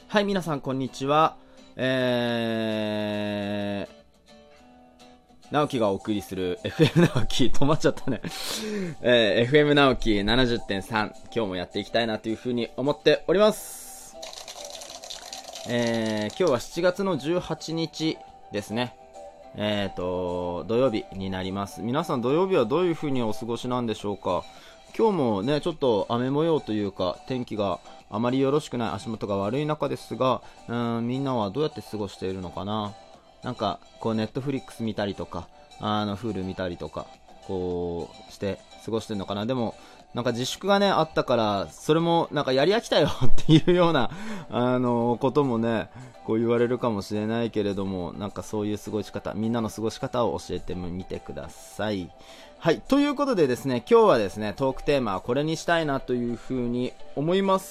はい、皆さん、こんにちは。直樹がお送りする FM 直樹、止まっちゃったね。FM 直樹 70.3、今日もやっていきたいなというふうに思っております。今日は7月の18日ですね。土曜日になります。皆さん土曜日はどういうふうにお過ごしなんでしょうか。今日もね、ちょっと雨模様というか、天気があまりよろしくない、足元が悪い中ですが、みんなはどうやって過ごしているのかな。なんか、こう、ネットフリックス見たりとか、Hulu 見たりとか、こう、して過ごしてるのかな。でも、なんか自粛がね、あったから、それも、なんかやり飽きたよっていうような、こともね、こう言われるかもしれないけれども、なんかそういう過ごし方、みんなの過ごし方を教えてみてください。はい、ということでですね、今日はですね、トークテーマはこれにしたいなというふうに思います。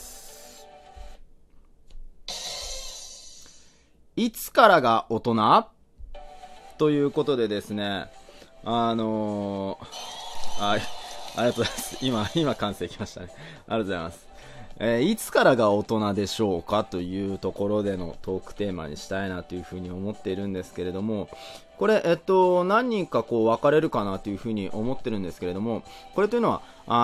いつからが大人ということでですね、ありがとうございます。今完成きましたね。ありがとうございます。いつからが大人でしょうかというところでのトークテーマにしたいなというふうに思っているんですけれども、これ、何人かこう分かれるかなというふうに思ってるんですけれども、これというのは、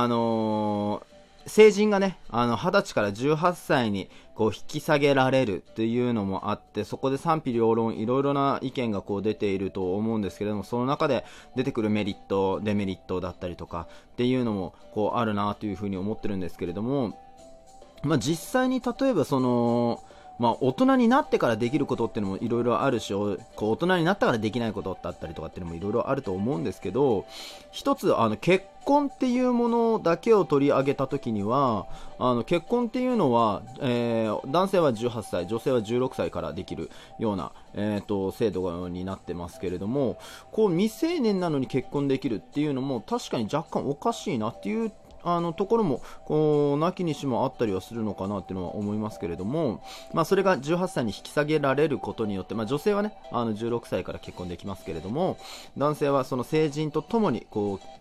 成人がね、20歳から18歳にこう引き下げられるっていうのもあって、そこで賛否両論いろいろな意見がこう出ていると思うんですけれども、その中で出てくるメリット、デメリットだったりとかっていうのもこうあるなというふうに思ってるんですけれども、実際に例えばその、大人になってからできることっていうのもいろいろあるし、こう大人になったからできないことだったりとかっていうのもいろいろあると思うんですけど、一つ結婚っていうものだけを取り上げたときには、結婚っていうのは、男性は18歳、女性は16歳からできるような、制度になってますけれども、こう未成年なのに結婚できるっていうのも確かに若干おかしいなっていうところもこうなきにしもあったりはするのかなっていうのは思いますけれども、それが18歳に引き下げられることによって、女性はね16歳から結婚できますけれども、男性はその成人とともにこう、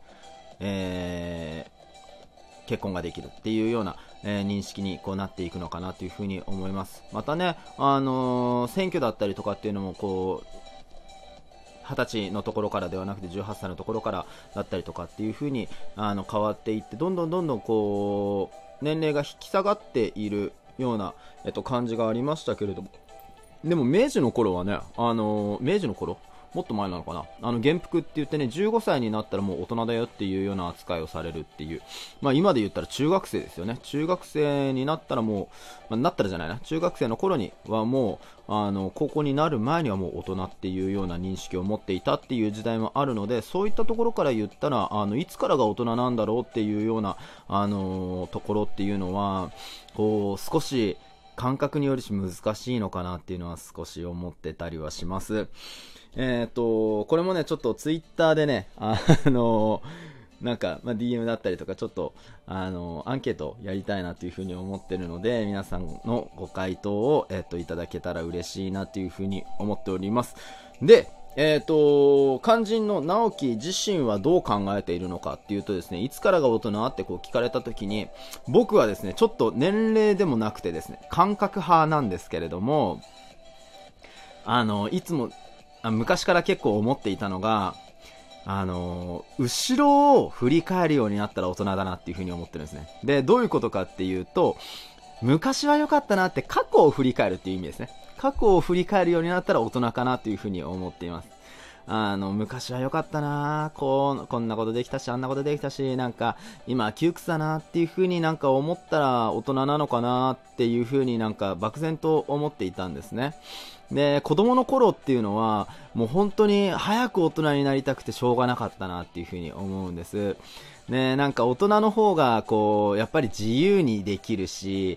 結婚ができるっていうような、認識にこうなっていくのかなというふうに思います。またね、選挙だったりとかっていうのもこう20歳のところからではなくて18歳のところからだったりとかっていう風に変わっていって、どんどんこう年齢が引き下がっているような、感じがありましたけれども、でも明治の頃はね、明治の頃もっと前なのかな、元服って言ってね、15歳になったらもう大人だよっていうような扱いをされるっていう、今で言ったら中学生ですよね。中学生になったらもう、なったらじゃないな、中学生の頃にはもう高校になる前にはもう大人っていうような認識を持っていたっていう時代もあるので、そういったところから言ったらいつからが大人なんだろうっていうようなところっていうのはこう少し感覚により難しいのかなっていうのは少し思ってたりはします。これもね、ちょっとツイッターでね、なんか、DM だったりとか、ちょっと、アンケートやりたいなというふうに思ってるので、皆さんのご回答を、いただけたら嬉しいなというふうに思っております。で、肝心の直樹自身はどう考えているのかっていうとですね、いつからが大人ってこう聞かれた時に、僕はですね、ちょっと年齢でもなくてですね、感覚派なんですけれども、いつも、昔から結構思っていたのが、後ろを振り返るようになったら大人だなっていう風に思ってるんですね。で、どういうことかっていうと、昔は良かったなって過去を振り返るっていう意味ですね。過去を振り返るようになったら大人かなという風に思っています。昔は良かったな、こんなことできたし、あんなことできたし、なんか今は窮屈だなっていう風になんか思ったら大人なのかなっていう風になんか漠然と思っていたんですね。で、子供の頃っていうのはもう本当に早く大人になりたくてしょうがなかったなっていう風に思うんです。ね、なんか大人の方がこうやっぱり自由にできるし、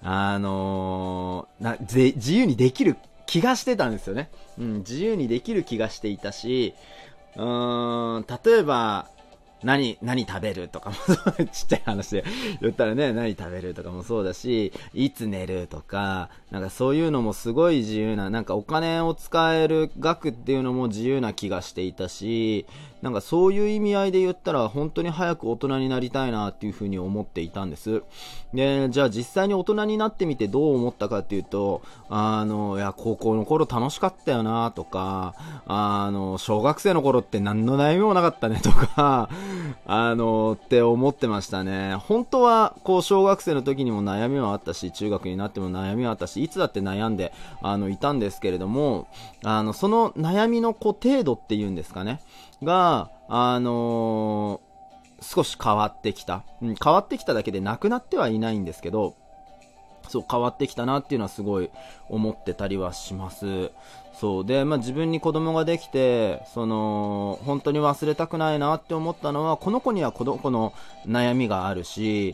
自由にできる気がしてたんですよね。自由にできる気がしていたし、例えば、何食べるとかもちっちゃい話で言ったらね、何食べるとかもそうだし、いつ寝るとか、なんかそういうのもすごい自由な、なんかお金を使える額っていうのも自由な気がしていたし、 なんかそういう意味合いで言ったら本当に早く大人になりたいなっていうふうに思っていたんです。で、じゃあ実際に大人になってみてどう思ったかっていうと、いや、高校の頃楽しかったよなとか、小学生の頃って何の悩みもなかったねとか、って思ってましたね。本当は、こう、小学生の時にも悩みはあったし、中学になっても悩みはあったし、いつだって悩んで、いたんですけれども、その悩みの、こう、程度っていうんですかね、が、少し変わってきた。変わってきただけでなくなってはいないんですけど、そう変わってきたなっていうのはすごい思ってたりはします。そうで、自分に子供ができて、本当に忘れたくないなって思ったのは、この子にはこの悩みがあるし、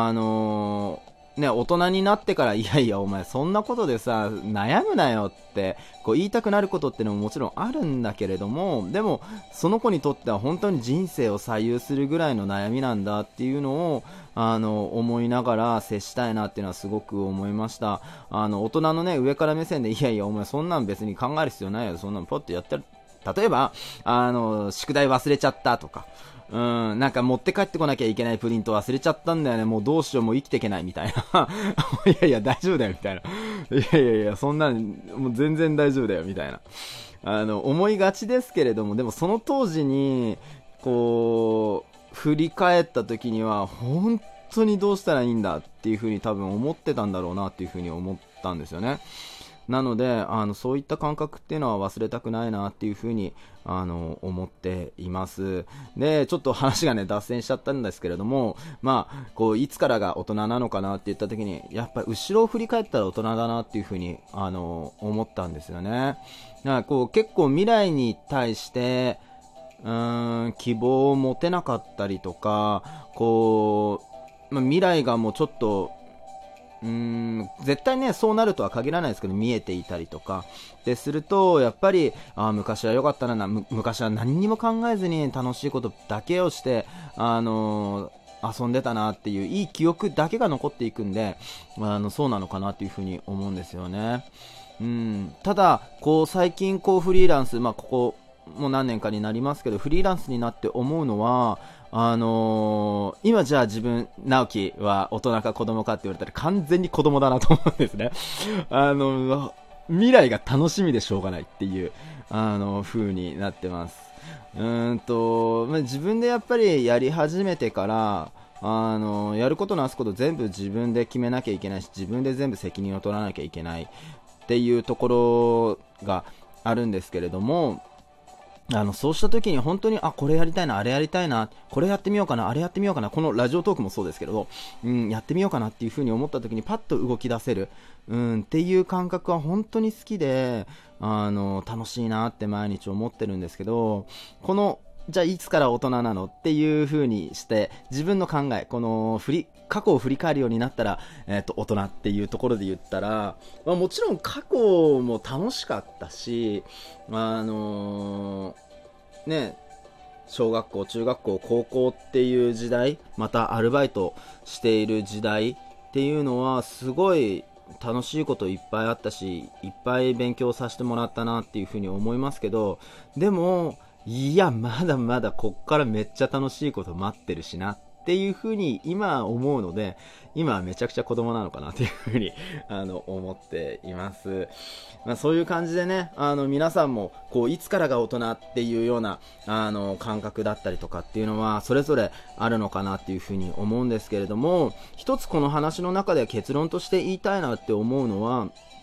大人になってから、いやいやお前そんなことでさ悩むなよってこう言いたくなることってのももちろんあるんだけれども、でもその子にとっては本当に人生を左右するぐらいの悩みなんだっていうのを思いながら接したいなっていうのはすごく思いました。大人のね上から目線で、いやいやお前そんなん別に考える必要ないよ、そんなんポッとやってる、例えば宿題忘れちゃったとか、なんか持って帰ってこなきゃいけないプリント忘れちゃったんだよね、もうどうしよう、もう生きていけないみたいないやいや大丈夫だよみたいな、いやいやいやそんなんもう全然大丈夫だよみたいな思いがちですけれども、でもその当時にこう振り返った時には本当にどうしたらいいんだっていう風に多分思ってたんだろうなっていう風に思ったんですよね。なのでそういった感覚っていうのは忘れたくないなっていうふうに思っています。でちょっと話がね脱線しちゃったんですけれども、こういつからが大人なのかなって言った時に、やっぱり後ろを振り返ったら大人だなっていうふうに思ったんですよね。だからこう結構未来に対して希望を持てなかったりとか、こう、未来がもうちょっと絶対ねそうなるとは限らないですけど見えていたりとかですると、やっぱり昔は良かったな、昔は何にも考えずに楽しいことだけをして遊んでたなっていういい記憶だけが残っていくんで、そうなのかなっていうふうに思うんですよね。ただこう最近こうフリーランス、ここもう何年かになりますけどフリーランスになって思うのは、今じゃあ自分直樹は大人か子供かって言われたら完全に子供だなと思うんですね。未来が楽しみでしょうがないっていう風になってます。自分でやっぱりやり始めてからやることなすこと全部自分で決めなきゃいけないし、自分で全部責任を取らなきゃいけないっていうところがあるんですけれども、そうした時に本当にこれやりたいな、あれやりたいな、これやってみようかな、あれやってみようかな、このラジオトークもそうですけれど、やってみようかなっていう風に思った時にパッと動き出せる、っていう感覚は本当に好きで楽しいなって毎日思ってるんですけど、このじゃあいつから大人なのっていう風にして自分の考え、この過去を振り返るようになったら、大人っていうところで言ったら、もちろん過去も楽しかったし、小学校、中学校、高校っていう時代、またアルバイトしている時代っていうのはすごい楽しいこといっぱいあったし、いっぱい勉強させてもらったなっていうふうに思いますけど、でもいやまだまだこっからめっちゃ楽しいこと待ってるしなっていう風に今思うので、今はめちゃくちゃ子供なのかなっていう風に思っています。そういう感じでね、皆さんもこういつからが大人っていうような感覚だったりとかっていうのはそれぞれあるのかなっていう風に思うんですけれども、一つこの話の中で結論として言いたいなって思うのは、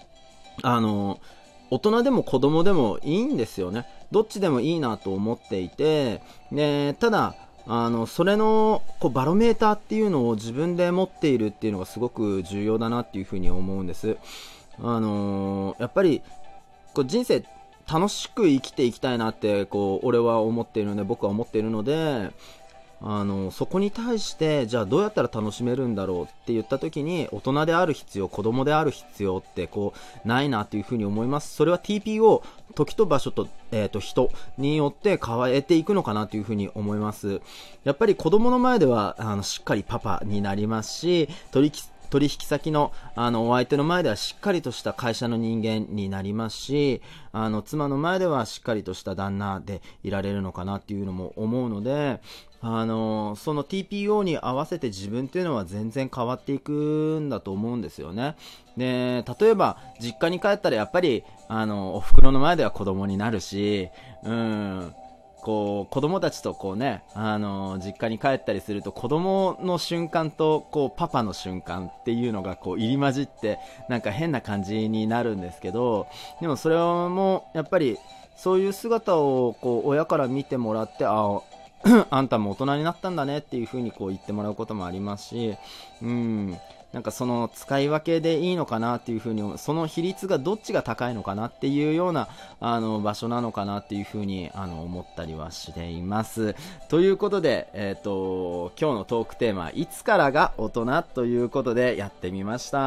大人でも子供でもいいんですよね。どっちでもいいなと思っていて、ただそれのバロメーターっていうのを自分で持っているっていうのがすごく重要だなっていうふうに思うんです。やっぱり人生楽しく生きていきたいなって俺は思っているので、僕は思っているので、そこに対してじゃあどうやったら楽しめるんだろうって言った時に、大人である必要、子供である必要ってないなっていうふうに思います。それは TPO、 時と場所と、人によって変えていくのかなというふうに思います。やっぱり子供の前ではしっかりパパになりますし、取取引先の、お相手の前ではしっかりとした会社の人間になりますし、妻の前ではしっかりとした旦那でいられるのかなっていうのも思うので、その TPO に合わせて自分っていうのは全然変わっていくんだと思うんですよね。で、例えば実家に帰ったらやっぱりお袋の前では子供になるし、こう子供たちとこうね、実家に帰ったりすると子供の瞬間とこうパパの瞬間っていうのがこう入り混じってなんか変な感じになるんですけど、でもそれもやっぱりそういう姿をこう親から見てもらって、あんたも大人になったんだねっていう風にこう言ってもらうこともありますし、なんかその使い分けでいいのかなっていう風に、その比率がどっちが高いのかなっていうような場所なのかなっていう風に思ったりはしています。ということで、今日のトークテーマ、いつからが大人ということでやってみました。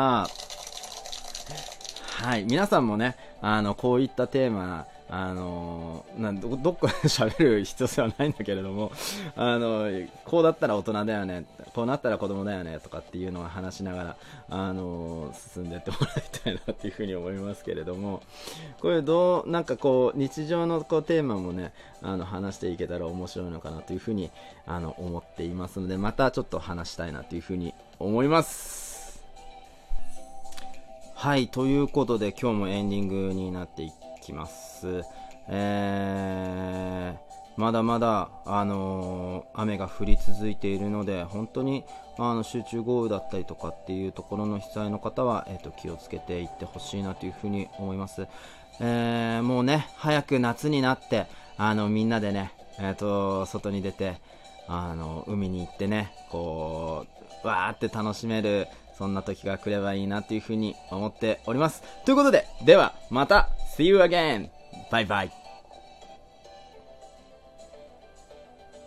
はい、皆さんもね、こういったテーマ、どっかで喋る必要性はないんだけれども、こうだったら大人だよね、こうなったら子供だよねとかっていうのを話しながら、進んでいってもらいたいなっていうふうに思いますけれども、これなんかこう日常のこうテーマもね、話していけたら面白いのかなというふうに思っていますので、またちょっと話したいなというふうに思います。はい、ということで今日もエンディングになっていきます。まだまだ、雨が降り続いているので、本当に集中豪雨だったりとかっていうところの被災の方は、気をつけていってほしいなというふうに思います。もうね、早く夏になって、みんなでね、外に出て、海に行ってね、こうわーって楽しめる、そんな時が来ればいいなというふうに思っております。ということで、ではまた See you again! バイバイ。